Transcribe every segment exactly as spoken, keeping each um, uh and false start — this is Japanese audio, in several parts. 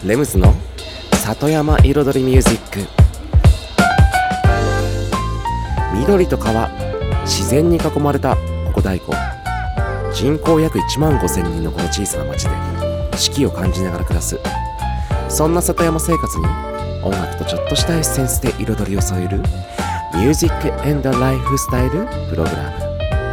レムズの里山彩りミュージック。緑と川、自然に囲まれたここ大湖。人口約いちまんごせんにんのこの小さな町で四季を感じながら暮らす、そんな里山生活に音楽とちょっとしたエッセンスで彩りを添えるミュージック&ライフスタイルプログラム。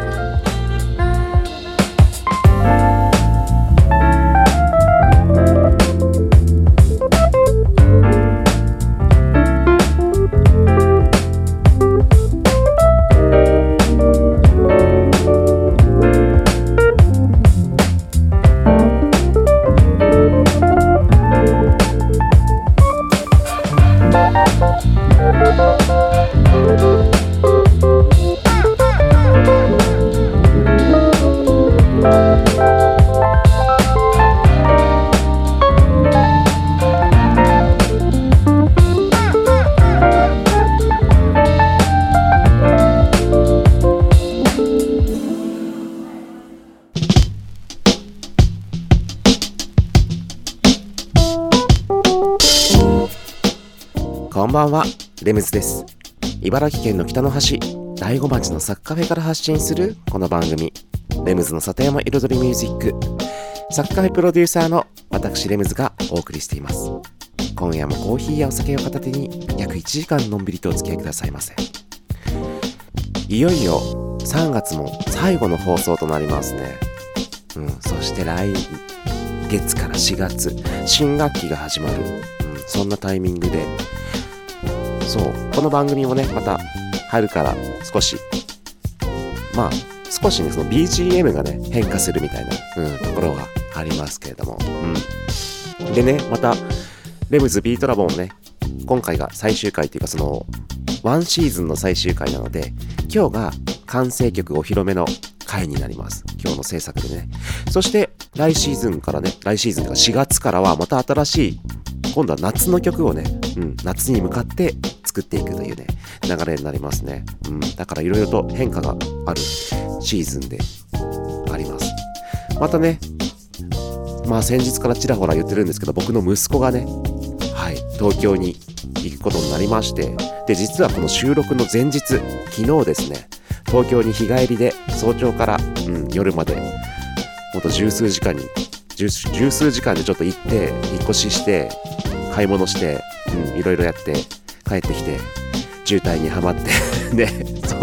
こんばんは、レムズです。茨城県の北の端、大子町のサッカフェから発信するこの番組、レムズの里山彩りミュージック。サッカフェプロデューサーの私レムズがお送りしています。今夜もコーヒーやお酒を片手に約いちじかんのんびりとお付き合いくださいませ。いよいよさんがつも最後の放送となりますね。うん、そして来月からしがつ、新学期が始まる、うん、そんなタイミングで、そう、この番組もね、また春から少し、まあ少しね、その ビージーエム がね変化するみたいな、うん、ところがありますけれども、うん、でね、またレムズビートラボもね、今回が最終回っていうか、そのワンシーズンの最終回なので、今日が完成曲お披露目の回になります。今日の制作でね。そして来シーズンからね、来シーズンとかしがつからはまた新しい、今度は夏の曲をね、うん、夏に向かって作っていくというね、流れになりますね。うん、だからいろいろと変化があるシーズンであります。またね、まあ先日からちらほら言ってるんですけど、僕の息子がね、はい、東京に行くことになりまして、で、実はこの収録の前日、昨日ですね、東京に日帰りで早朝から、うん、夜まで、ほんと十数時間に、十, 十数時間でちょっと行って、引っ越しして、買い物して、うん、いろいろやって、帰ってきて、渋滞にはまって、ね、そう、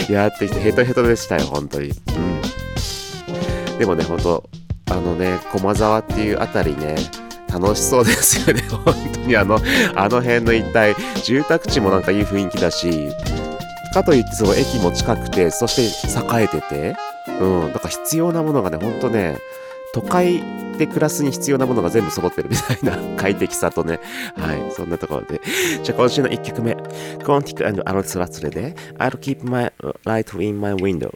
やってきて、ヘトヘトでしたよ、本当に。うん。でもね、本当あのね、駒沢っていうあたりね、楽しそうですよね、本当に。あの、あの辺の一帯、住宅地もなんかいい雰囲気だし、かといってその駅も近くて、そして栄えてて、うん、だから必要なものがね、ほんとね、都会で暮らすに必要なものが全部揃ってるみたいな快適さとね、はい、そんなところで。じゃあ今週のいっきょくめ、コンティク&アロツラツレで I'll keep my light in my window。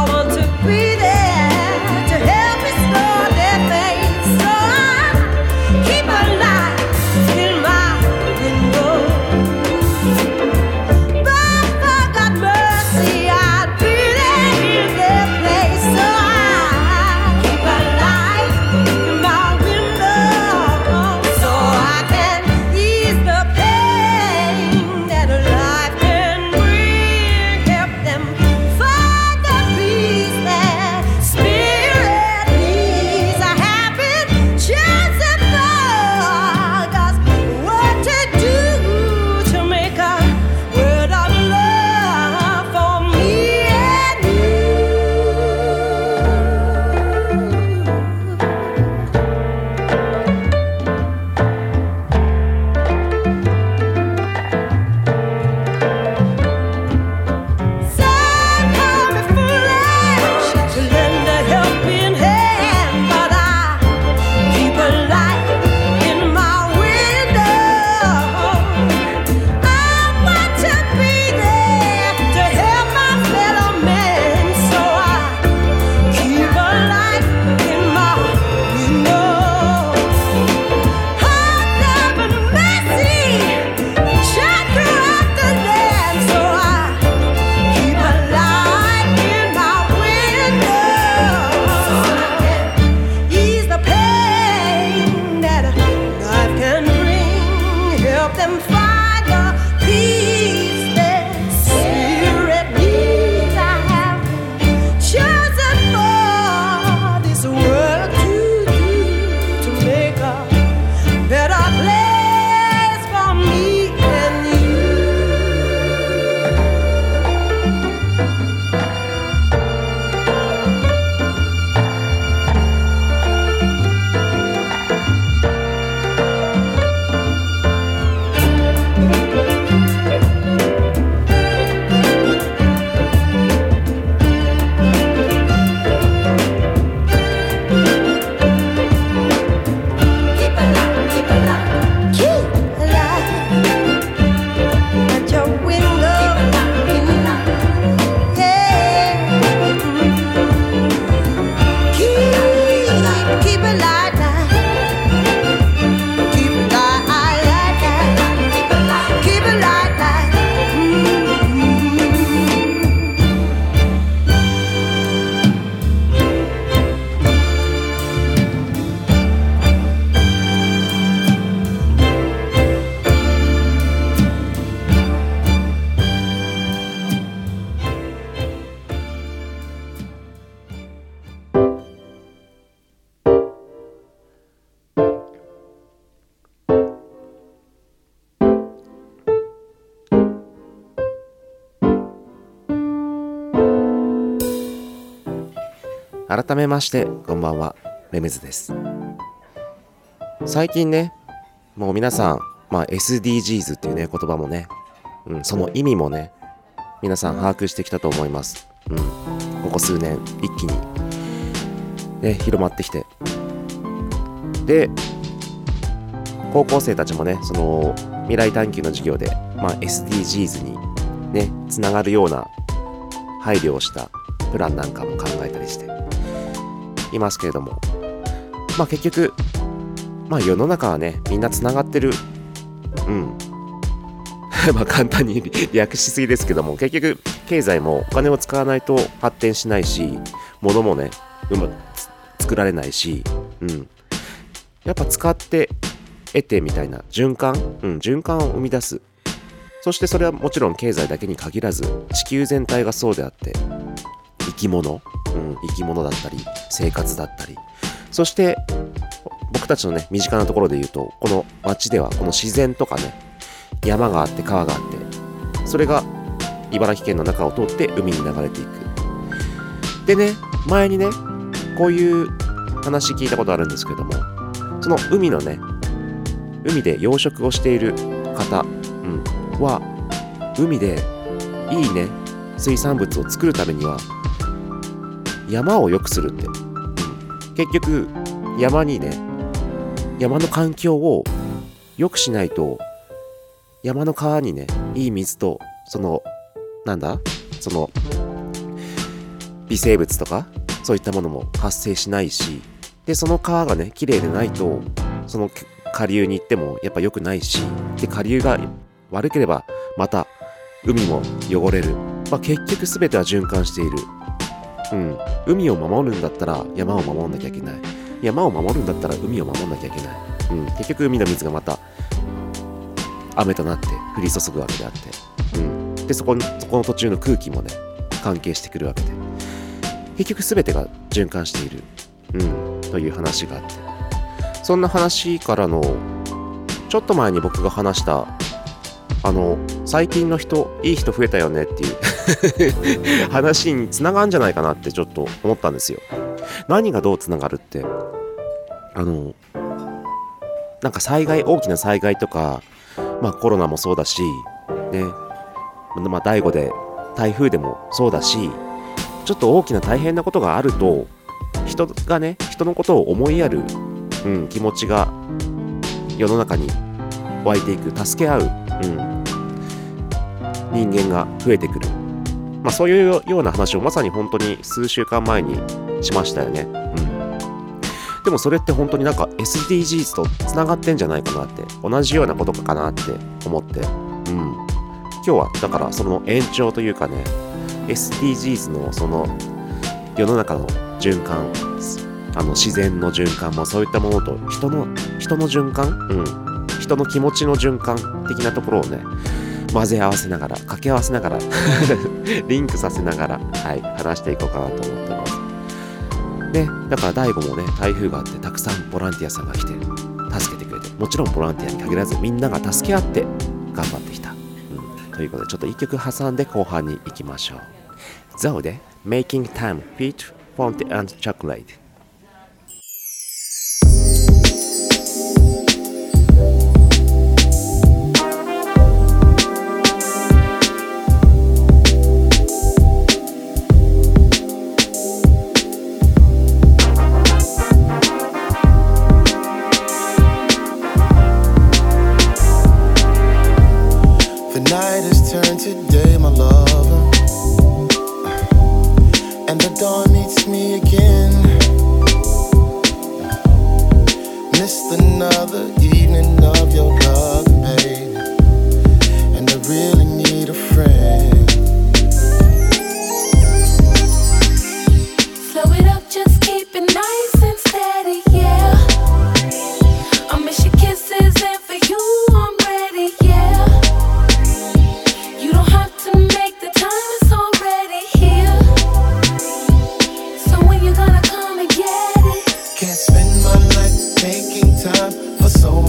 Be there to help me slow their pace. So I 改めましてこんばんは、レムズです。最近ね、もう皆さん、まあ、エスディージーズ っていうね言葉もね、うん、その意味もね皆さん把握してきたと思います、うん、ここ数年一気に、ね、広まってきて、で高校生たちもねその未来探求の授業で、まあ、エスディージーズ にねつながるような配慮をしたプランなんかも考えたりしていますけれども、まあ結局まあ世の中はねみんなつながってる、うんまあ簡単に略しすぎですけども、結局経済もお金を使わないと発展しないし、物もねうまく作られないし、うんやっぱ使って得てみたいな循環、うん、循環を生み出す。そしてそれはもちろん経済だけに限らず地球全体がそうであって、生き物、うん、生き物だったり生活だったり、そして僕たちのね身近なところで言うと、この街ではこの自然とかね、山があって川があって、それが茨城県の中を通って海に流れていく。でね、前にねこういう話聞いたことあるんですけども、その海のね海で養殖をしている方、うん、は海でいいね水産物を作るためには山を良くするって、うん、結局山にね山の環境を良くしないと、山の川にねいい水とそのなんだその微生物とかそういったものも発生しないし、でその川がね綺麗でないとその下流に行ってもやっぱ良くないし、で下流が悪ければまた海も汚れる、まあ、結局全ては循環している、うん、海を守るんだったら山を守んなきゃいけない、山を守るんだったら海を守んなきゃいけない、うん、結局海の水がまた雨となって降り注ぐわけであって、うん、でそこにそこの途中の空気もね関係してくるわけで、結局全てが循環している、うん、という話があって、そんな話からのちょっと前に僕が話したあの最近の人いい人増えたよねっていう話につながるんじゃないかなってちょっと思ったんですよ。何がどうつながるって、あのなんか災害、大きな災害とか、まあコロナもそうだしね、まあ第五で台風でもそうだし、ちょっと大きな大変なことがあると人がね人のことを思いやる、うん、気持ちが世の中に湧いていく、助け合う、うん、人間が増えてくる、まあそういうような話をまさに本当に数週間前にしましたよね、うん、でもそれって本当になんか エスディージーズ とつながってんじゃないかなって、同じようなことかなって思って、うん、今日はだからその延長というかね、 エスディージーズ のその世の中の循環、あの自然の循環もそういったものと人の人の循環、うん、人の気持ちの循環的なところをね混ぜ合わせながら掛け合わせながらリンクさせながら、はい、話していこうかなと思ってますね。だからだいごもね台風があってたくさんボランティアさんが来て助けてくれて、もちろんボランティアに限らずみんなが助け合って頑張ってきた、うん、ということでちょっと一曲挟んで後半に行きましょう。ゾウで Making Time Feat. Fonte and Chocolate。 Can't spend my life making time for so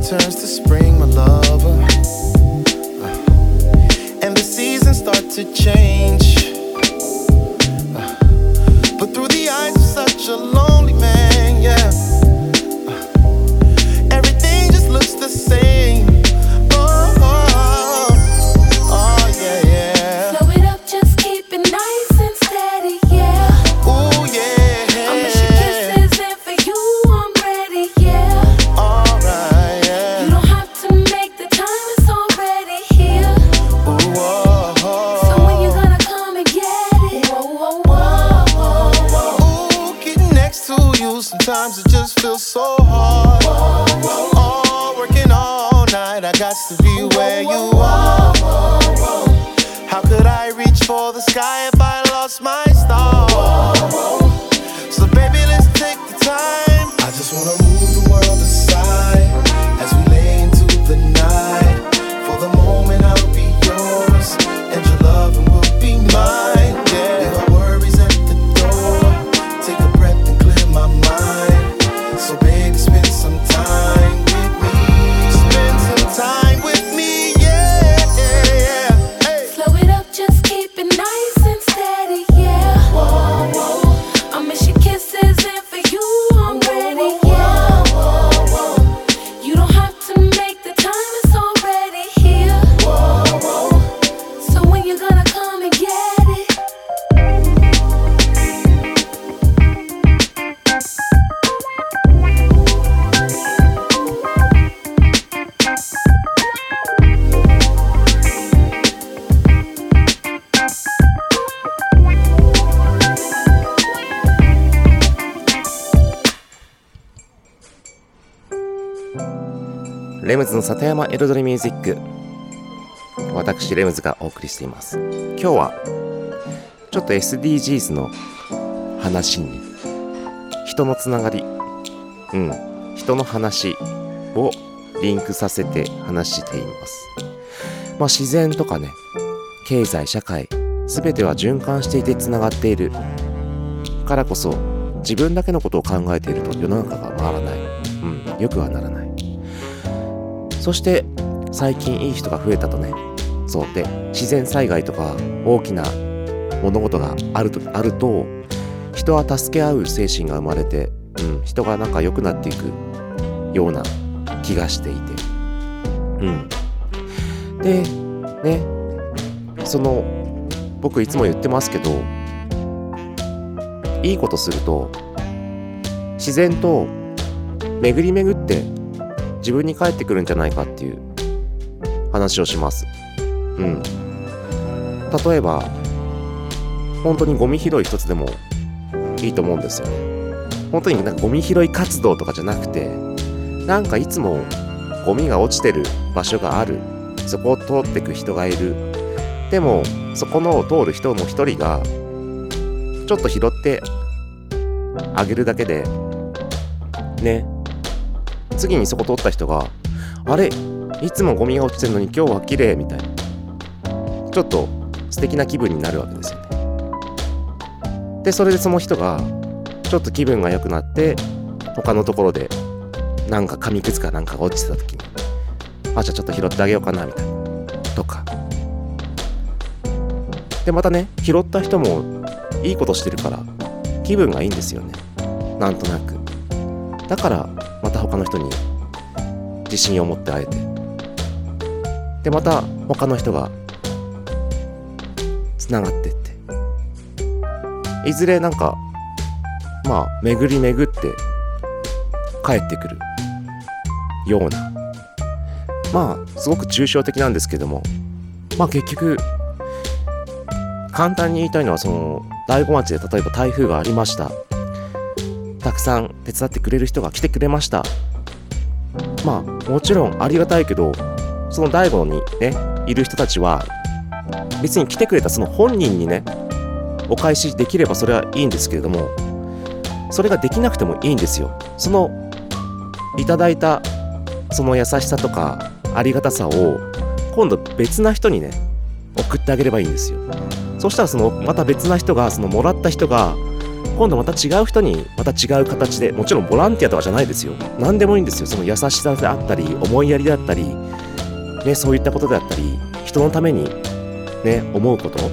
turns to spring, my lover, uh, and the seasons start to change, uh, but through the eyes of such a lonely man, yeah, uh, everything just looks the same. Oh, oh, oh, yeah, yeah. Slow it up, just keep it nice and steady, yeah. Ooh, yeah. I'll miss your kisses, and for you I'm ready, yeah. Alright, yeah. You don't have to make the time, it's already here. Ooh, oh, oh. So when you gonna come and get it? Whoa, whoa, whoa, whoa. Ooh, getting next to you, sometimes it just feels so hard. Oh, working all night, I got to be where you are. How could I reach for the sky if I lost my star? So baby, let's take the time. I just wanna move the world aside as we lay into the night. For the moment I'll be yours, and your loving will be mine. Yeah, leave our worries at the door, take a breath and clear my mind. So baby, spend some time with me. Spend some time with me, yeah, yeah, yeah. Hey. Slow it up, just keep it nice and steady, yeah. Whoa, whoa. I'll miss your kisses, and for you I'm ready, yeah. You don't have to make the time, it's already here. So when you gonna come and get it? レムズの里山彩りミュージック、私レムズがお送りしています。今日はちょっと エスディージーズ の話に、人のつながり、うん人の話をリンクさせて話しています。まあ自然とかね、経済社会すべては循環していてつながっているからこそ、自分だけのことを考えていると世の中が回らない、うんよくはならない。そして最近いい人が増えたとね、そうで自然災害とか大きな物事があるとあると人は助け合う精神が生まれて、うん、人がなんか良くなっていくような気がしていて、うんでね、その僕いつも言ってますけど、いいことすると自然と巡り巡って自分に返ってくるんじゃないかっていう話をします。うん。例えば本当にゴミ拾い一つでもいいと思うんですよね。本当になんかゴミ拾い活動とかじゃなくて、なんかいつもゴミが落ちてる場所がある、そこを通ってく人がいる。でもそこのを通る人の一人がちょっと拾ってあげるだけでね、次にそこ通った人が、あれいつもゴミが落ちてるのに今日は綺麗みたいな、ちょっと素敵な気分になるわけですよね。でそれでその人がちょっと気分が良くなって、他のところでなんか紙くずかなんかが落ちてた時に、あ、じゃあちょっと拾ってあげようかなみたいなとかで、またね、拾った人もいいことしてるから気分がいいんですよね、なんとなく。だからまた他の人に自信を持って会えて、でまた他の人がつながってって、いずれなんかまあ巡り巡って帰ってくるような、まあすごく抽象的なんですけども、まあ結局簡単に言いたいのは、その大子町で例えば台風がありました、たくさん手伝ってくれる人が来てくれました。まあもちろんありがたいけど、その大子にねいる人たちは別に来てくれたその本人にねお返しできればそれはいいんですけれども、それができなくてもいいんですよ。そのいただいたその優しさとかありがたさを今度別な人にね送ってあげればいいんですよ。そしたらそのまた別な人が、そのもらった人が今度また違う人にまた違う形で、もちろんボランティアとかじゃないですよ、何でもいいんですよ。その優しさであったり思いやりだったり、ね、そういったことであったり、人のためにね思うこと、うん、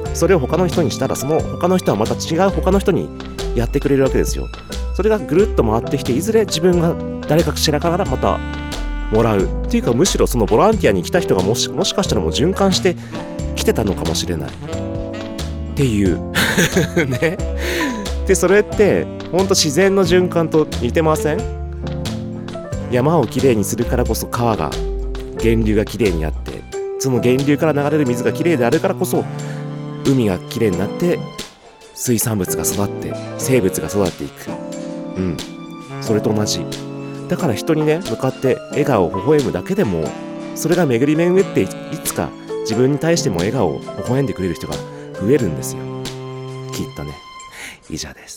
それを他の人にしたら、その他の人はまた違う他の人にやってくれるわけですよ。それがぐるっと回ってきて、いずれ自分が誰かしらからまたもらうっていうか、むしろそのボランティアに来た人がもしもしかしたらもう循環して来てたのかもしれないっていうね。でそれってほんと自然の循環と似てません？山をきれいにするからこそ川が源流がきれいにあって、その源流から流れる水がきれいであるからこそ海がきれいになって水産物が育って生物が育っていく。うん、それと同じだから、人にね向かって笑顔を微笑むだけでも、それが巡り巡っていつか自分に対しても笑顔を微笑んでくれる人が増えるんですよ、きっとね。以上です。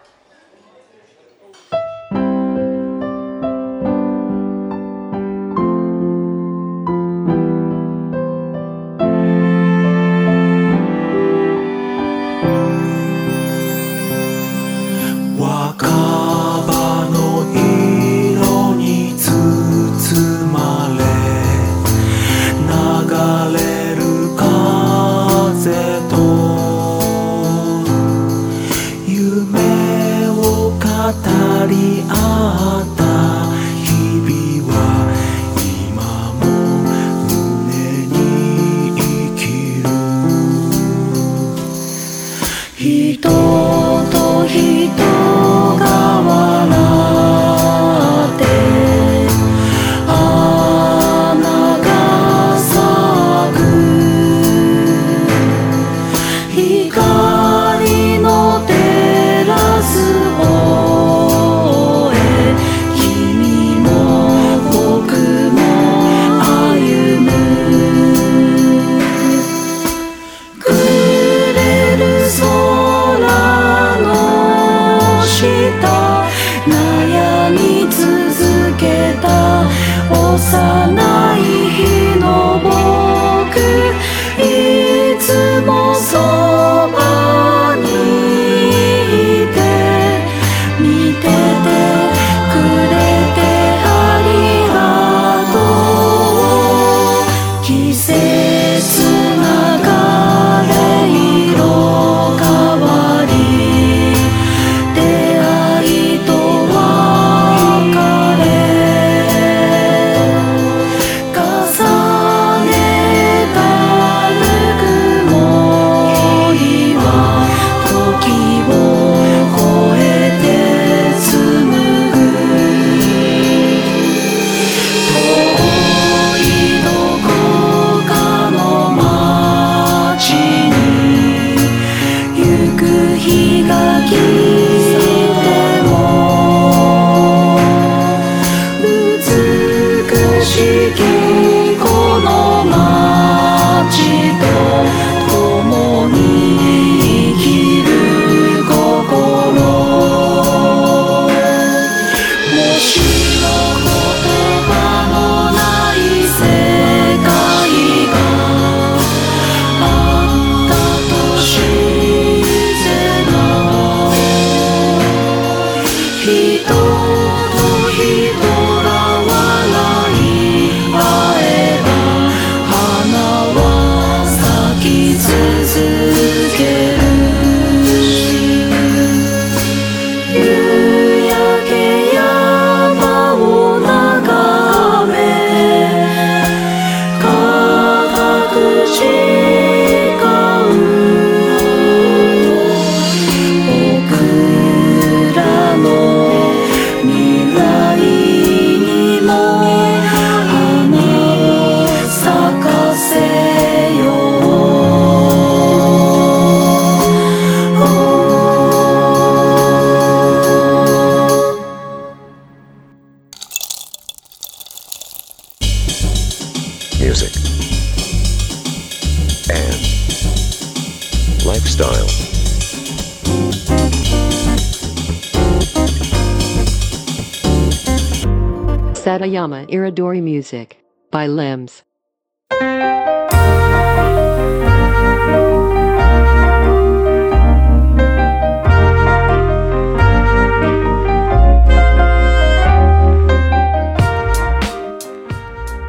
Satayama Iridori Music by Limbs.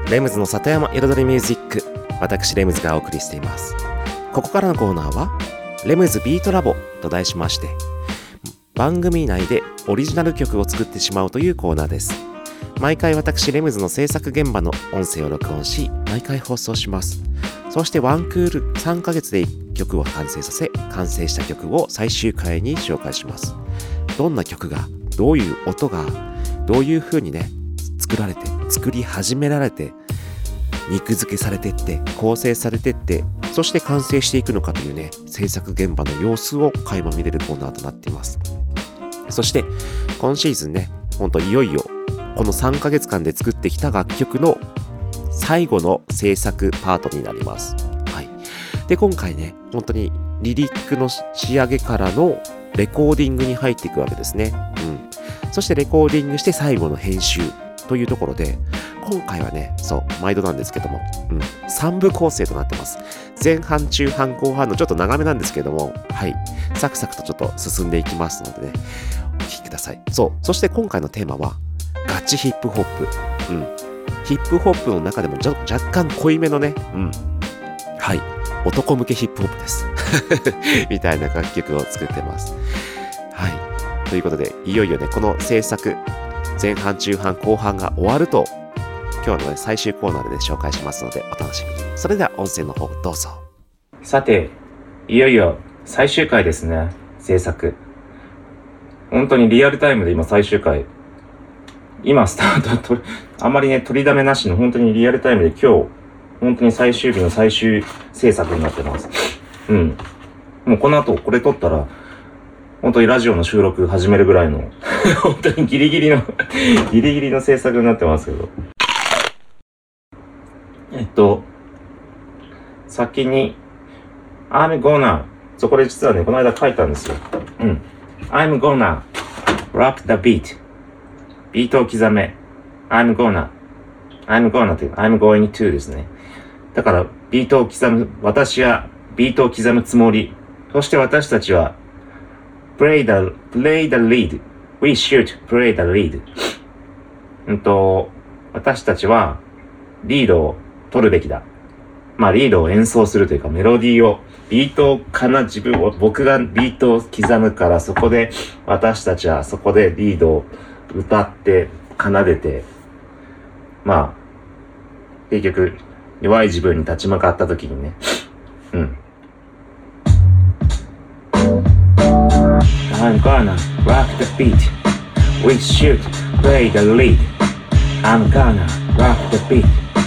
レムズの里山彩りミュージック、私レムズがお送りしています。ここからのコーナーはレムズビートラボと題しまして、番組内でオリジナル曲を作ってしまうというコーナーです。毎回私レムズの制作現場の音声を録音し、毎回放送します。そしてワンクールさんかげつでいっきょくを完成させ、完成した曲を最終回に紹介します。どんな曲が、どういう音が、どういう風にね作られて、作り始められて、肉付けされてって、構成されてって、そして完成していくのかというね、制作現場の様子を垣間見れるコーナーとなっています。そして今シーズンね、ほんといよいよこのさんかげつかんで作ってきた楽曲の最後の制作パートになります。はい。で、今回ね、本当にリリックの仕上げからのレコーディングに入っていくわけですね。うん。そしてレコーディングして最後の編集というところで、今回はね、そう、毎度なんですけども、うん、さんぶ構成となってます。前半、中半、後半のちょっと長めなんですけども、はい、サクサクとちょっと進んでいきますのでね、お聴きください。そう、そして今回のテーマは、ガチヒップホップ。うん。ヒップホップの中でも若干濃いめのね、うん。はい、男向けヒップホップです。みたいな楽曲を作ってます。はい。ということで、いよいよね、この制作、前半、中半、後半が終わると、今日の、ね、最終コーナーで、ね、紹介しますのでお楽しみに。それでは音声の方どうぞ。 さて、いよいよ最終回ですね。制作。本当にリアルタイムで今最終回。今スタートと、あんまりね、取りだめなしの本当にリアルタイムで今日、本当に最終日の最終制作になってます。うん。もうこの後これ撮ったら、本当にラジオの収録始めるぐらいの、本当にギリギリの、ギリギリの制作になってますけど。えっと、先に、I'm gonna、そこで実はね、この間書いたんですよ。うん。I'm gonna rap the beat。ビートを刻め。I'm gonna。I'm gonna という、I'm going to ですね。だから、ビートを刻む、私はビートを刻むつもり。そして私たちは、play the, play the lead.We should play the lead. うんと、私たちは、リードを取るべきだ。まあ、リードを演奏するというか、メロディーを、ビートかな、自分を、僕がビートを刻むから、そこで、私たちはそこでリードを歌って、奏でて、まあ、結局、弱い自分に立ち向かった時にね、うん。I'm gonna rock the beat. We should play the lead. I'm gonna rock the beat.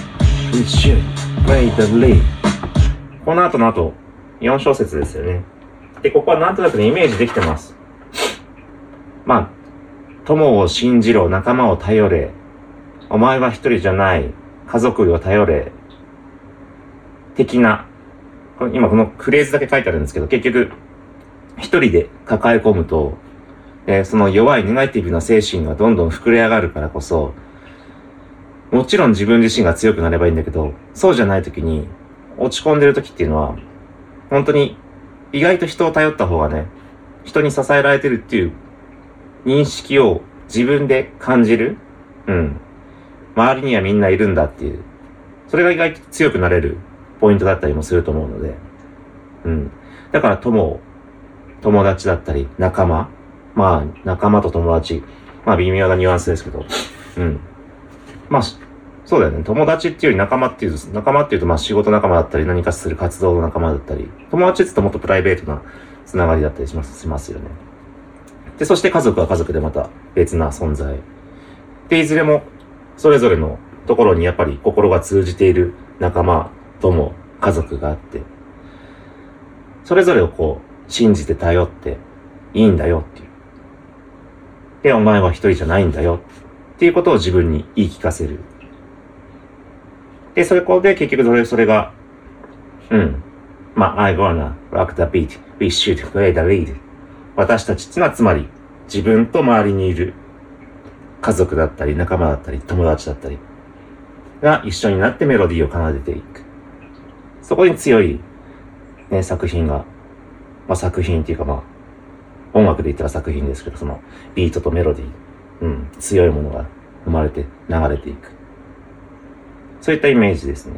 We should play the lead. この後の後、よん小節ですよね。で、ここはなんとなくね、イメージできてます。まあ、友を信じろ、仲間を頼れ。お前は一人じゃない。家族を頼れ。的な。これ今このフレーズだけ書いてあるんですけど、結局、一人で抱え込むと、えー、その弱いネガティブな精神がどんどん膨れ上がるからこそ、もちろん自分自身が強くなればいいんだけど、そうじゃない時に、落ち込んでる時っていうのは、本当に意外と人を頼った方がね、人に支えられてるっていう認識を自分で感じる。うん。周りにはみんないるんだっていう。それが意外と強くなれるポイントだったりもすると思うので。うん。だから友を、友達だったり、仲間。まあ、仲間と友達。まあ、微妙なニュアンスですけど。うん。まあ、そうだよね。友達っていうより仲間っていう、仲間っていうと、まあ、仕事仲間だったり、何かする活動の仲間だったり、友達って言うともっとプライベートなつながりだったりします、しますよね。で、そして家族は家族でまた別な存在。で、いずれも、それぞれのところにやっぱり心が通じている仲間、友、家族があって、それぞれをこう、信じて頼って、いいんだよっていう。で、お前は一人じゃないんだよっていうことを自分に言い聞かせる。で、それこで結局それ、それが、うん。まあ、I gonna rock the beat. We should play the lead. 私たちってのはつまり自分と周りにいる家族だったり仲間だったり友達だったりが一緒になってメロディーを奏でていく。そこに強い、ね、作品が、まあ、作品っていうかまあ、音楽で言ったら作品ですけど、そのビートとメロディー、うん、強いものが生まれて流れていく。 そういったイメージですね。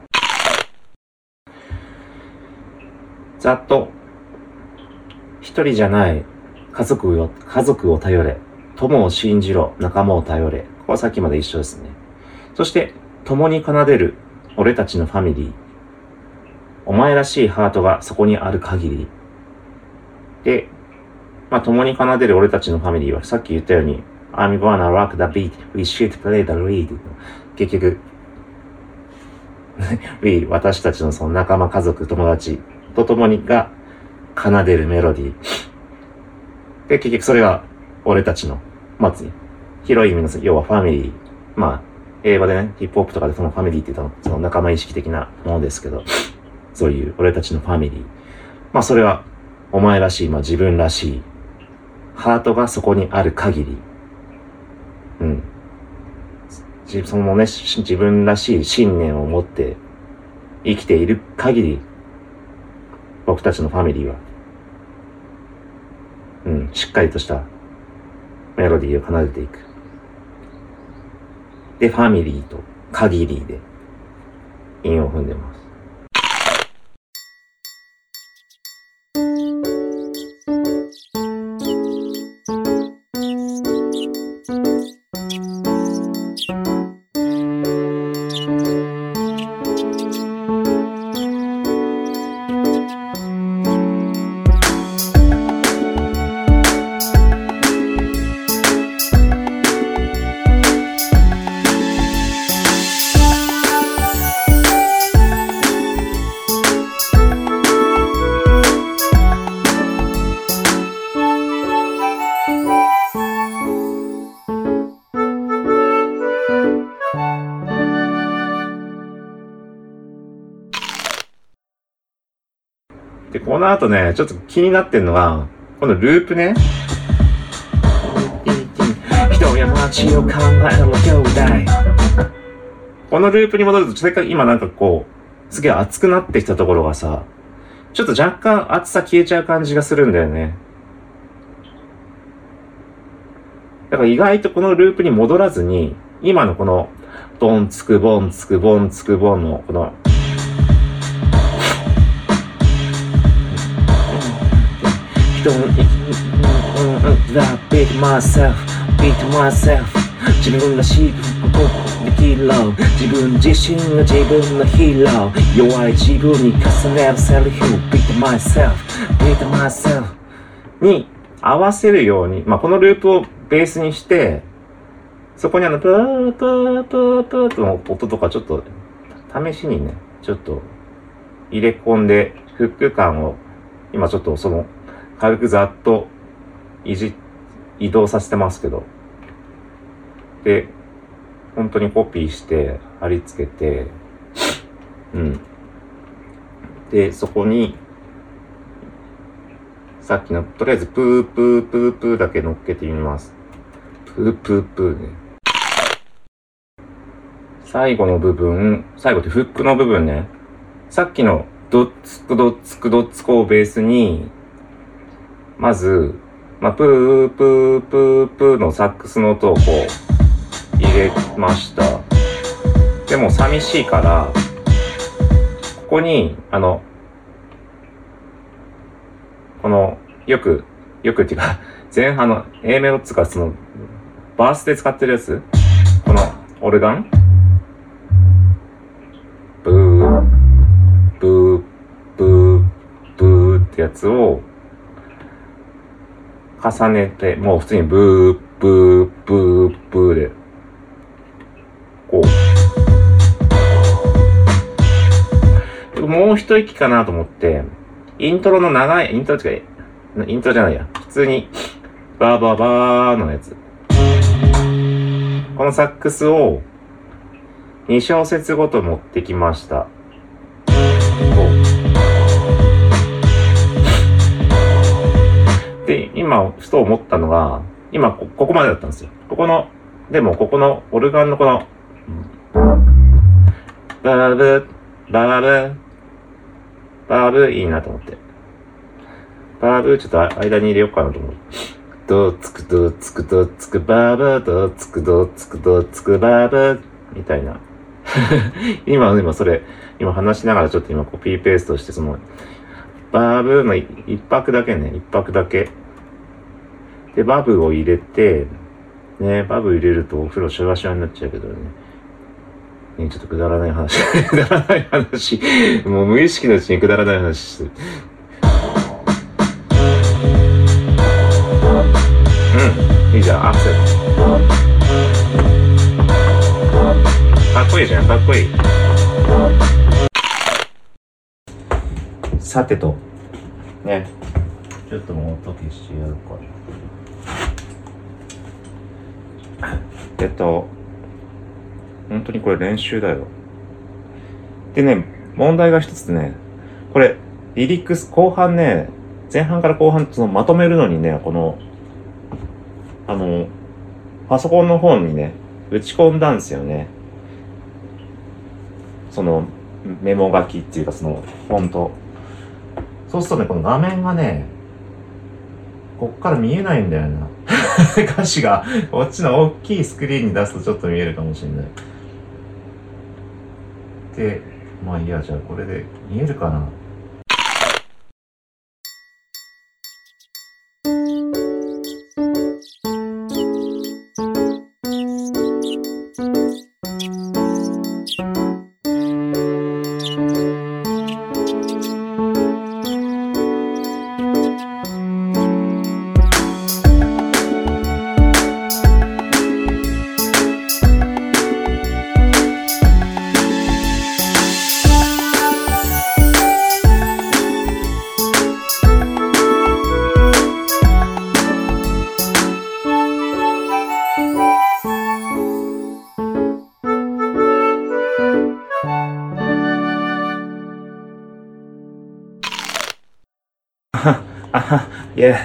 ざっと、一人じゃない、家族を、家族を頼れ、友を信じろ、仲間を頼れ。ここはさっきまで一緒ですね。そして、共に奏でる、俺たちのファミリー。お前らしいハートがそこにある限り。で、まあ、共に奏でる俺たちのファミリーは、さっき言ったように、I'm gonna rock the beat, we should play the lead. 結局、we 私たちのその仲間、家族、友達と共にが奏でるメロディー。で、結局それが俺たちの、まあ、広い意味の、要はファミリー。まあ、英語でね、ヒップホップとかでそのファミリーって言ったの、その仲間意識的なものですけど、そういう俺たちのファミリー。まあ、それはお前らしい、まあ自分らしい。ハートがそこにある限り。うん。そのね、自分らしい信念を持って生きている限り、僕たちのファミリーは、うん、しっかりとしたメロディーを奏でていく。で、ファミリーと限りで韻を踏んでます。で、この後ね、ちょっと気になってんのが、このループね。人や街を考えろ兄弟。このループに戻ると、せっかく今なんかこう、すげえ熱くなってきたところがさ、ちょっと若干熱さ消えちゃう感じがするんだよね。だから意外とこのループに戻らずに、今のこの、ドンつくボンつくボンつくボンのこの、Don't beat myself, beat myself 自分らしいことできろ自分自身が自分のヒーロー弱い自分に重ねるセリフ beat myself, beat myself に合わせるように、まあ、このループをベースにしてそこにあのプープープープーの音とかちょっと試しにねちょっと入れ込んでフック感を今ちょっとその軽くざっといじ、移動させてますけど。で、本当にコピーして、貼り付けて、うん。で、そこに、さっきの、とりあえず、プープープープーだけ乗っけてみます。プープープーね。最後の部分、最後ってフックの部分ね。さっきの、ドッツクドッツクドッツクをベースに、まず、まあ、プープープープーのサックスの音をこう、入れました。でも寂しいから、ここに、あの、この、よく、よくっていうか、前半の A メロっつうか、その、バースで使ってるやつこの、オルガンブー、ブー、ブー、ブーってやつを、重ねて、もう普通にブー、ブー、ブー、ブーで、こう。でもう一息かなと思って、イントロの長い、イントロってか、イントロじゃないや。普通に、バーバーバーのやつ。このサックスを、に小節ごと持ってきました。で、今、ふと思ったのが、今こ、ここまでだったんですよ。ここの、でも、ここの、オルガンのこの、バーブ、バーブ、バーブ、いいなと思って。バーブ、ちょっと間に入れようかなと思う。ドつくドつくドつくバーブ、ドつくドつくドつくバーブ、みたいな。 今、今それ、今話しながらちょっと今コピーペーストして、その、バブの一拍だけね、一拍だけ。で、バブを入れて、ね、バブ入れるとお風呂シュワシュワになっちゃうけどね。ね、ちょっとくだらない話。くだらない話。もう無意識のうちにくだらない話してる。うん、いいじゃん、アクセル。かっこいいじゃん、かっこいい。さてと、ね、ちょっともう音消してやるか。えっと、本当にこれ練習だよ。でね、問題が一つね、これ、リリックス後半ね、前半から後半そのまとめるのにね、この、あの、パソコンの方にね、打ち込んだんですよね。その、メモ書きっていうかその、フォント。そうするとね、この画面がね、こっから見えないんだよな。歌詞が、こっちの大きいスクリーンに出すとちょっと見えるかもしれない。で、まあいいや、じゃあこれで見えるかな。あは、いや。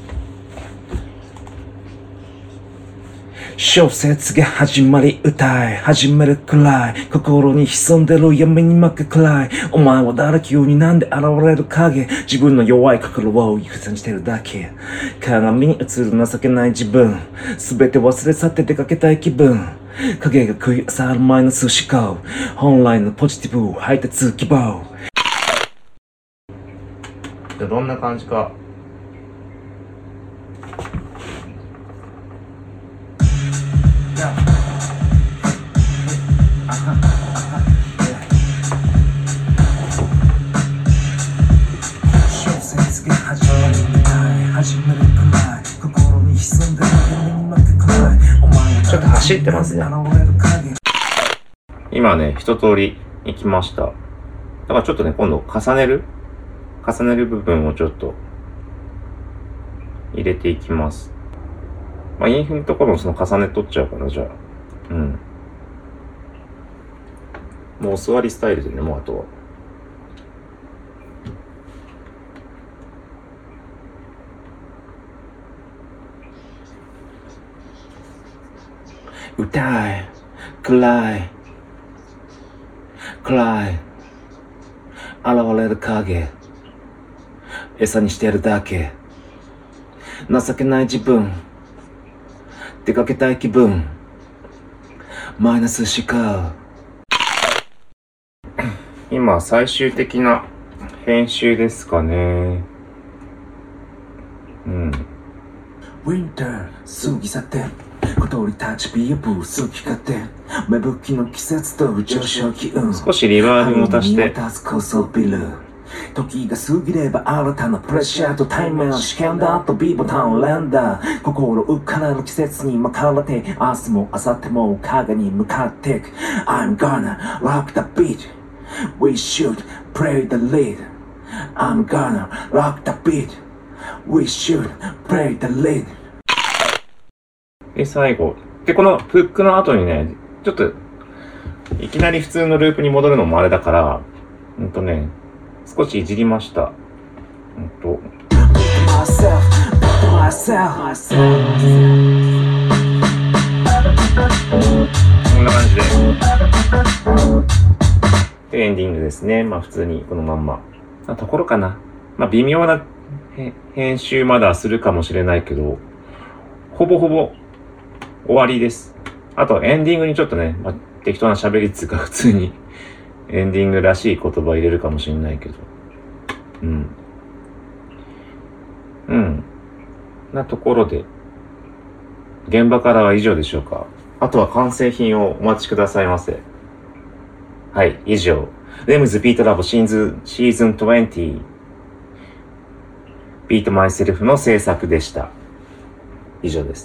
小説が始まり歌い始めるくらい心に潜んでる闇に負けくらいお前は誰急になんで現れる影自分の弱い心を優先してるだけ鏡に映る情けない自分全て忘れ去って出かけたい気分影が食い漁るマイナス思考本来のポジティブ配達希望どんな感じかちょっと走ってますね。今ね、一通り行きました。だからちょっとね、今度重ねる重ねる部分をちょっと入れていきます。まあ、インフのところもその重ね取っちゃうから、じゃあ。うん。もう座りスタイルでね、もうあとは。歌い、暗い、暗い、現れる影、餌にしてるだけ、情けない自分、出かけたい気分、マイナス思考。今最終的な編集ですかね。うん。ウィンター過ぎ去って小鳥立ちびやぶ好き勝手芽吹きの季節と上昇気運少しリバーブも足して時が過ぎれば新たなプレッシャーと対面試験だと B ボタンを連打心浮かれる季節に巻かれて明日も明後日も影に向かっていく I'm gonna rock the beat We should play the lead I'm gonna rock the beat We should play the lead で、最後。で、このフックの後にね、ちょっと、いきなり普通のループに戻るのもあれだから、うんとね、少しいじりました。うんと。こんな感じで。で、エンディングですね。まあ普通にこのまんま。なところかな。まあ微妙な編集まだするかもしれないけど、ほぼほぼ終わりです。あとエンディングにちょっとね、まあ、 適当な喋りっつうか普通にエンディングらしい言葉入れるかもしれないけど。うん。うん。なところで、現場からは以上でしょうか。あとは完成品をお待ちくださいませ。はい、以上。レムズビートラボシーズン、シーズンにじゅう。ビートマイセルフの制作でした。以上です。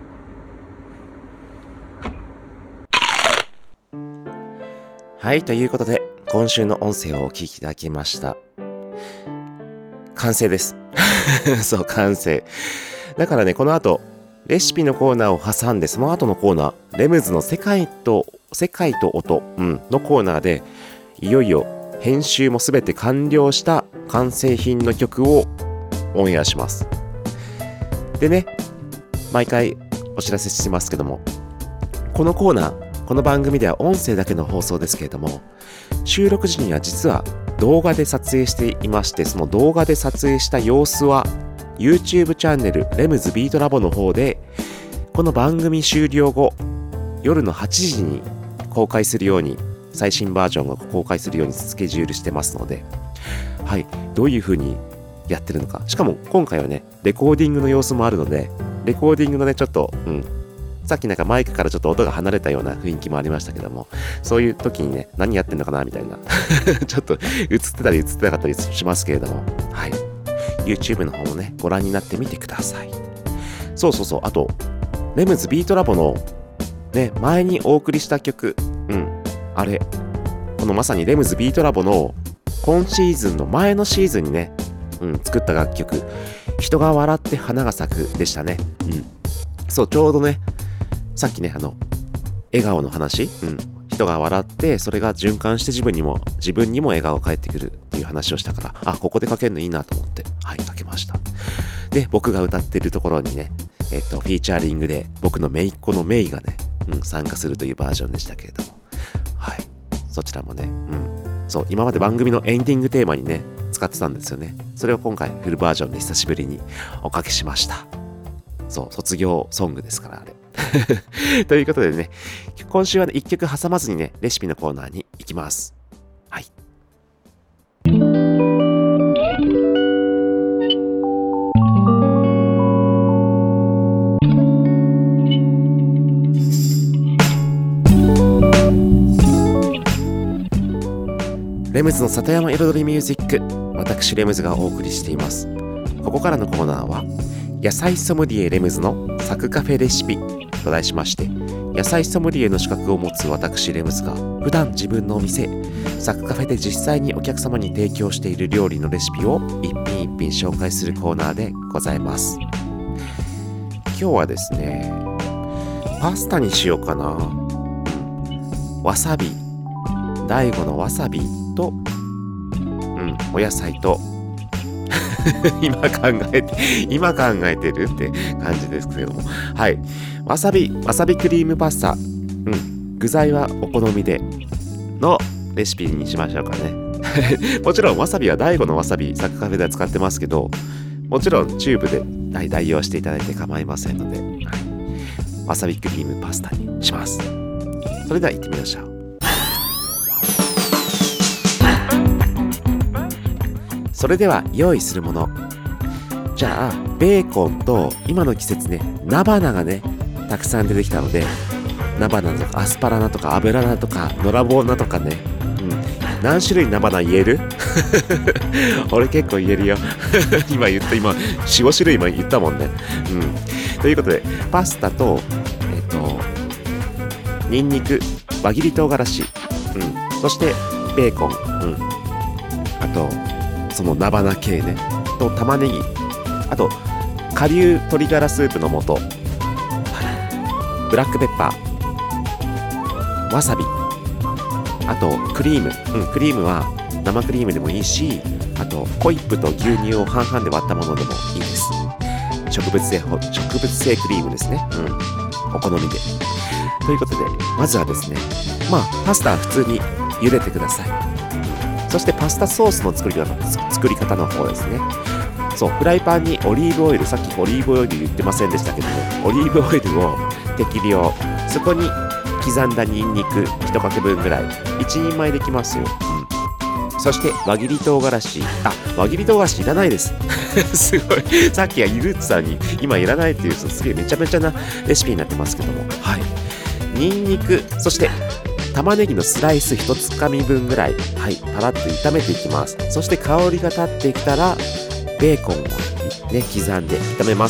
はい、ということで、今週の音声をお聞きいただきました。完成です。そう、完成。だからね、この後、レシピのコーナーを挟んで、その後のコーナー、レムズの世界と、世界と音、うん、のコーナーで、いよいよ編集もすべて完了した完成品の曲をオンエアします。でね、毎回お知らせしてますけども、このコーナー、この番組では音声だけの放送ですけれども、収録時には実は動画で撮影していまして、その動画で撮影した様子は YouTube チャンネルレムズビートラボの方で、この番組終了後夜のはちじに公開するように、最新バージョンを公開するようにスケジュールしてますので、はい、どういう風にやってるのか、しかも今回はねレコーディングの様子もあるので、レコーディングのねちょっとうんさっきなんかマイクからちょっと音が離れたような雰囲気もありましたけども、そういう時にね何やってんのかなみたいなちょっと映ってたり映ってなかったりしますけれども、はい、YouTube の方もねご覧になってみてください。そうそうそう、あとレムズビートラボのね前にお送りした曲、うんあれこのまさにレムズビートラボの今シーズンの前のシーズンにね、うん、作った楽曲、人が笑って花が咲くでしたね。うん、そうちょうどねさっきねあの笑顔の話、うん、人が笑ってそれが循環して自分にも自分にも笑顔が返ってくるっていう話をしたから、あここでかけるのいいなと思ってはいかけました。で僕が歌ってるところにねえっとフィーチャーリングで僕の姪っ子のメイがね、うん、参加するというバージョンでしたけれども、はい、そちらもね、うん、そう今まで番組のエンディングテーマにね使ってたんですよね。それを今回フルバージョンで久しぶりにおかけしました。そう卒業ソングですからあれということでね、今週はね一曲挟まずにねレシピのコーナーに行きます。はい。レムズの里山彩りミュージック、私レムズがお送りしています。ここからのコーナーは野菜ソムリエレムズのサクカフェレシピと題しまして、野菜ソムリエの資格を持つ私レムズが普段自分のお店サクカフェで実際にお客様に提供している料理のレシピを一品一品紹介するコーナーでございます。今日はですねパスタにしようかな。わさび、大悟のわさびと、うん、お野菜と今考えて今考えてるって感じですけども、はい、わさびわさびクリームパスタ、うん、具材はお好みでのレシピにしましょうかねもちろんわさびは大悟のわさびサクカフェでは使ってますけど、もちろんチューブで代用していただいて構いませんので、はい、わさびクリームパスタにします。それでは行ってみましょう。それでは用意するもの、じゃあベーコンと今の季節ね菜花がねたくさん出てきたので、菜花とかアスパラ菜とか油菜とか野良棒菜とかね、うん、何種類菜花言える俺結構言えるよ今言った今 よん、ご 種類今言ったもんね、うん、ということでパスタとえっとニンニク、輪切り唐辛子、うん、そしてベーコン、うん、あとその菜花系ねと玉ねぎ、あと顆粒鶏ガラスープの素、ブラックペッパー、わさび、あとクリーム、うん、クリームは生クリームでもいいし、あとホイップと牛乳を半々で割ったものでもいいです。植物性植物性クリームですね、うん、お好みで。ということでまずはですね、まあパスタは普通に茹でてください。そしてパスタソースの作り方、作り方の方ですね。そう、フライパンにオリーブオイル、さっきオリーブオイル言ってませんでしたけども、オリーブオイルを適量、そこに刻刻んだニンニクいちかけぶんぐらい、いちにんまえできますよ。うん、そして輪切り唐辛子、あ、輪切り唐辛子いらないですすごい、さっきはいるってさんに今いらないっていう、すげえめちゃめちゃなレシピになってますけども、はい、ニンニク、そして玉ねぎのスライスいちつかみぶんぐらい、はい、パラッと炒めていきます。そして香りが立ってきたらベーコンをね刻んで炒めます。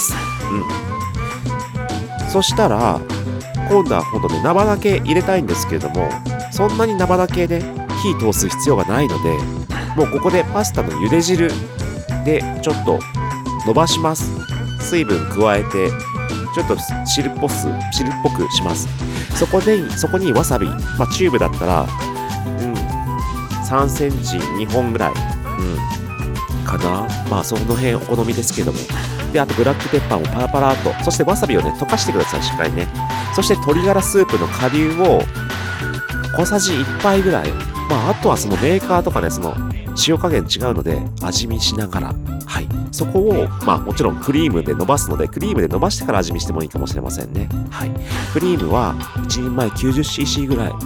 うん、そしたら今度はほんとね生だけ入れたいんですけれども、そんなに生だけで火通す必要がないので、もうここでパスタの茹で汁でちょっと伸ばします。水分加えてちょっと汁っぽす汁っぽくします。そこでそこにわさび、まあ、チューブだったら、うん、さんセンチにほんぐらい、うん、かな。まあその辺お好みですけども。で、あとブラックペッパーもパラパラっと、そしてわさびをね溶かしてください、しっかりね。そして鶏ガラスープの顆粒を小さじいっぱいぐらい、まああとはそのメーカーとかね、その塩加減違うので味見しながら、はい、そこをまあもちろんクリームで伸ばすので、クリームで伸ばしてから味見してもいいかもしれませんね。はい、クリームはいちにんまえ きゅうじゅっシーシー ぐらい、うん、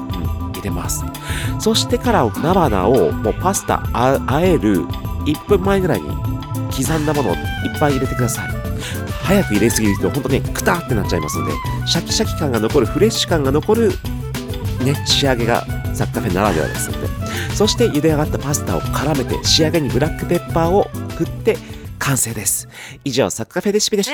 入れます。そしてから菜花をもうパスタああえるいっぷんまえぐらいに刻んだものをいっぱい入れてください。早く入れすぎると本当にクタってなっちゃいますので、シャキシャキ感が残る、フレッシュ感が残るね仕上げがサッカフェならではですので、そして茹で上がったパスタを絡めて仕上げにブラックペッパーを振って完成です。以上サッカフェレシピでした。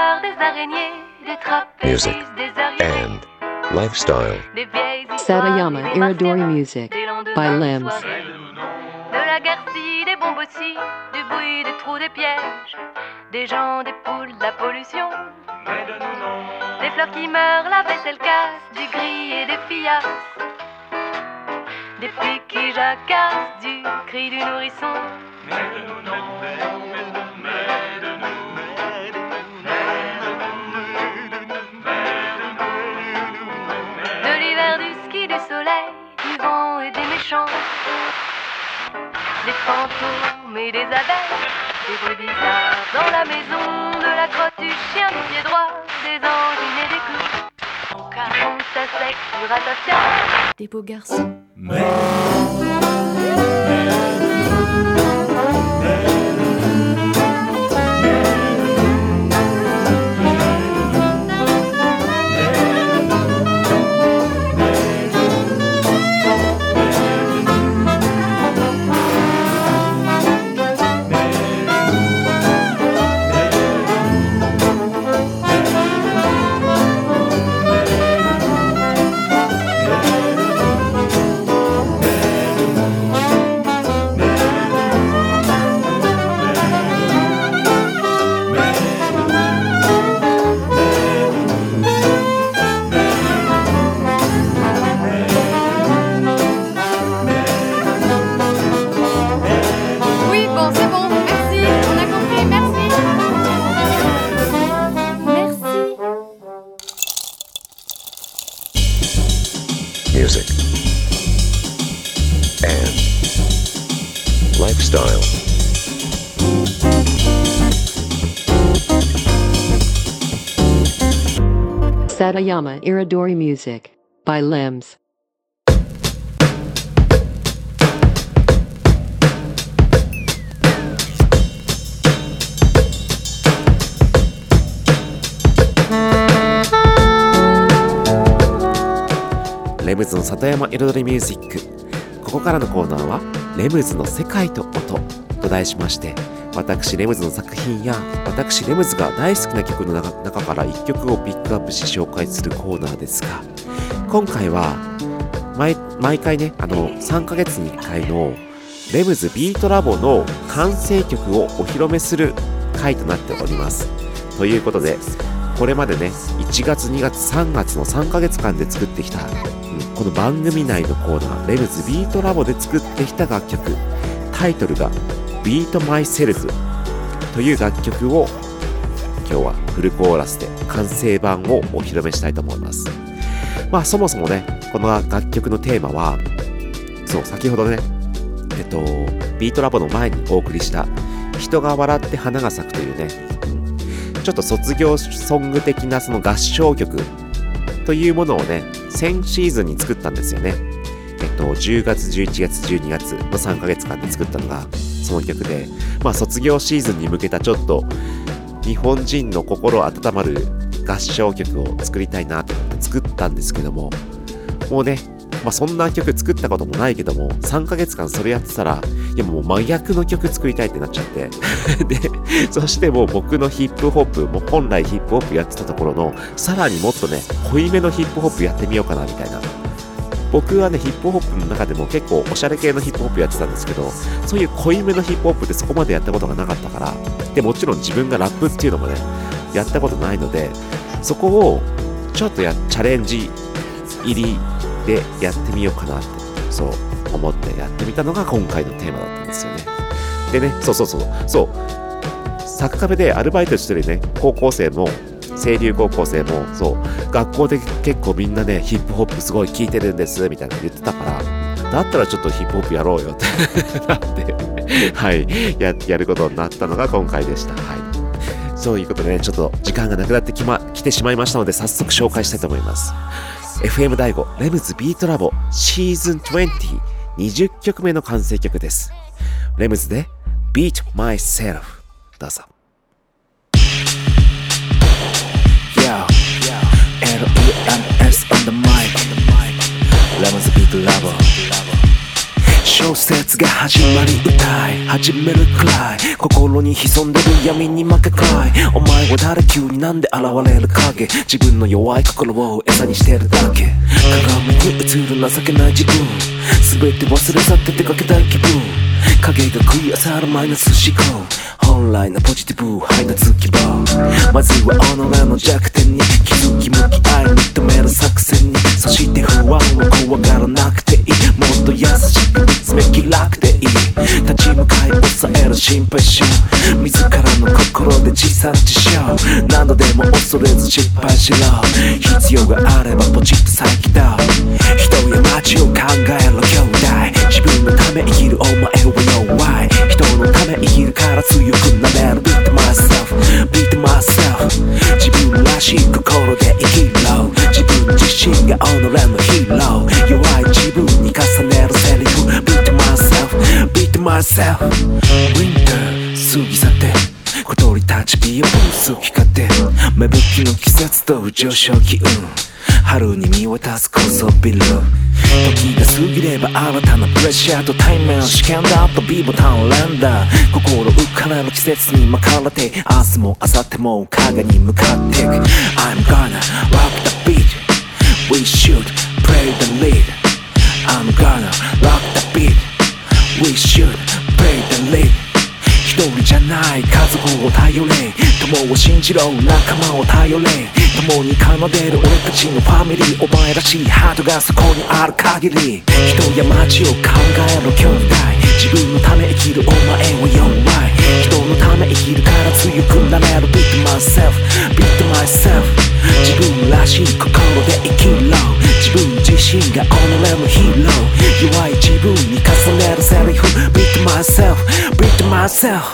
Music and lifestyle. Satayama Iridori Music by Limbs. De la garcie, des bombes aussi, du bruit, des trous, des pièges, des gens, des poules, la pollution, des fleurs qui meurent, la vaisselle casse, du gris et des fillasses, des flics qui jacassent, du cri du nourrisson. De l'hiver, du ski, du soleil, du vent et des méchants, des fantômes et des abeilles, des bruits bizarres dans la maison, de la crotte du chien du pied droit, des angines et des coups, car ça sec du ratafia, des beaux garçons. Music and lifestyle. Satayama Iridori Music by Limbs. レムズの里山彩りミュージック。ここからのコーナーはレムズの世界と音と題しまして、私レムズの作品や私レムズが大好きな曲の中からいっきょくをピックアップし紹介するコーナーですが、今回は 毎, 毎回ねあのさんかげつにいっかいのレムズビートラボの完成曲をお披露目する回となっております。ということで、これまでねいちがつにがつさんがつのさんかげつかんで作ってきた、うん、この番組内のコーナーレムズビートラボで作ってきた楽曲、タイトルが Beat Myself という楽曲を今日はフルコーラスで完成版をお披露目したいと思います。まあそもそもねこの楽曲のテーマは、そう先ほどねえっとビートラボの前にお送りした人が笑って花が咲くというね、ちょっと卒業ソング的なその合唱曲というものをね、先シーズンに作ったんですよね。えっと、じゅうがつ、じゅういちがつ、じゅうにがつのさんかげつかんで作ったのがその曲で、まあ卒業シーズンに向けたちょっと日本人の心温まる合唱曲を作りたいなと思って作ったんですけども、もうね、まあそんな曲作ったこともないけども、さんかげつかんそれやってたら、いやもう真逆の曲作りたいってなっちゃってで、そしてもう僕のヒップホップ、もう本来ヒップホップやってたところのさらにもっとね、濃いめのヒップホップやってみようかなみたいな。僕はね、ヒップホップの中でも結構おしゃれ系のヒップホップやってたんですけど、そういう濃いめのヒップホップってそこまでやったことがなかったから、でもちろん自分がラップっていうのもね、やったことないので、そこをちょっとやチャレンジ入りでやってみようかなってそう思ってやってみたのが今回のテーマだったんですよね。でね、そうそうそうそうサッカフェでアルバイトしてるね、高校生も清流高校生もそう学校で結構みんなね、ヒップホップすごい聴いてるんですみたいなの言ってたから、だったらちょっとヒップホップやろうよってなってはいややることになったのが今回でした。はい、そういうことでね、ちょっと時間がなくなってきま来てしまいましたので、早速紹介したいと思います。エフエム 大悟レムズビートラボシーズンにじゅう、にじゅっきょくめの完成曲です。レムズで Beat Myself、 どうぞ。 Yo,エルイーエムエスon the mic、 レムズビートラボ。小説が始まり歌い始めるくらい、心に潜んでる闇に負けくらい、お前は誰、急になんで現れる影、自分の弱い心を餌にしてるだけ、鏡に映る情けない自分、全て忘れ去って出かけたい気分、影が食い漁るマイナス思考、本来のポジティブ配達希望、まずは己の弱点に気づき向き合い認める作戦に、そして不安を怖がらなくていい、もっと優しく見つめきらくていい、立ち向かい抑える心配性、自らの心で自殺自傷、何度でも恐れず失敗しろ、必要があればポチッと再起動、人や街を考えろ兄弟、自分のため生きるお前は弱い、人のため生きるから強くなれる、 Beat myself Beat myself、 自分らしい心で生きろ、自分自身が己のヒーロー、弱い自分に重ねるセリフ、 Beat myself Beat myself。 Winter 過ぎ去って小鳥たち美容室光って芽吹きの季節と上昇気運、春に見渡す高層ビル、時が過ぎれば新たなプレッシャーと対面、試験だと B ボタンを連打、心浮かれる季節に巻かれて、明日も明後日も影に向かっていく、 I'm gonna rock the beat We should play the lead I'm gonna rock the beat We should play the lead、一人じゃない家族を頼れ、友を信じろ仲間を頼れ、共に奏でる俺たちのファミリー、お前らしいハートがそこにある限り、人や街を考えろ兄弟、自分のため生きるお前は弱い、人のため生きるから強くなれる、 Beat myself Beat myself、 自分らしい心で生きろ、自分自身が己のヒーロー、弱い自分に重ねるセリフ、 Beat myself Beat myself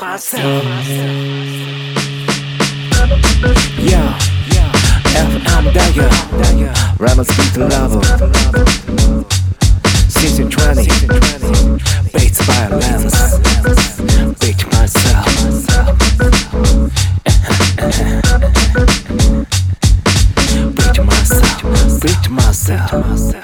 Yoエフエム だよラマスビートラボ Season にじゅう Beats by Lambs Beat myself Beat myself Beat myself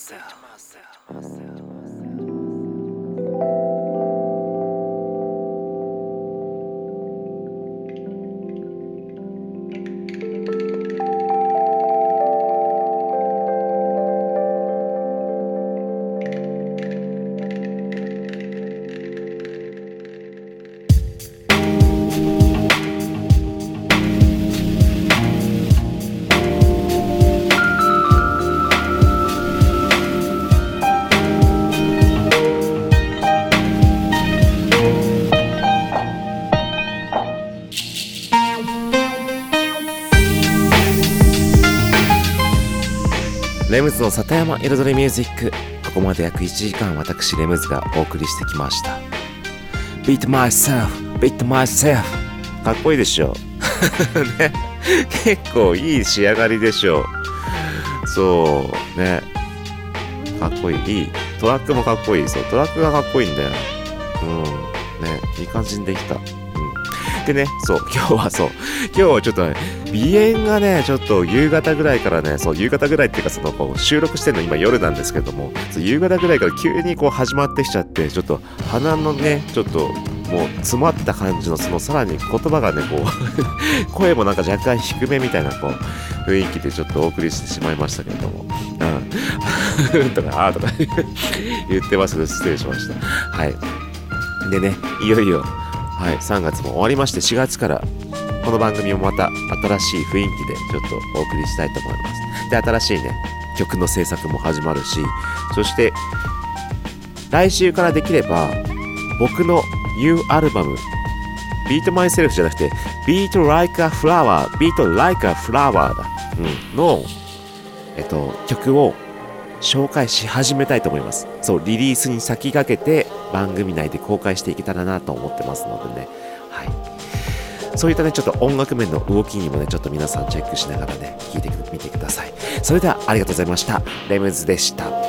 レムズの里山彩りミュージック、ここまで約いちじかん私レムズがお送りしてきました。 Beat myself Beat myself かっこいいでしょね、結構いい仕上がりでしょそうね、かっこいい。いいトラックもかっこいい。そう、トラックがかっこいいんだよ。うんね、いい感じにできた。うんでね、そう今日はそう今日はちょっと、ね、鼻炎がねちょっと夕方ぐらいからね、そう夕方ぐらいっていうか、そのこう収録してるの今夜なんですけども、そう夕方ぐらいから急にこう始まってきちゃって、ちょっと鼻のねちょっともう詰まった感じの、そのさらに言葉がねこう声もなんか若干低めみたいなこう雰囲気でちょっとお送りしてしまいましたけれども、うんとかあーとか言ってますけど失礼しました。はいでね、いよいよはい、さんがつも終わりまして、しがつからこの番組もまた新しい雰囲気でちょっとお送りしたいと思います。で、新しいね曲の制作も始まるし、そして来週からできれば僕のニューアルバム Beat Myself じゃなくて Beat Like a Flower Beat Like a Flower だ、うん、の、えっと、曲を紹介し始めたいと思います。そう、リリースに先駆けて番組内で公開していけたらなと思ってますのでね、はい、そういったねちょっと音楽面の動きにもねちょっと皆さんチェックしながらね聞いてみてください。それではありがとうございました。レムズでした。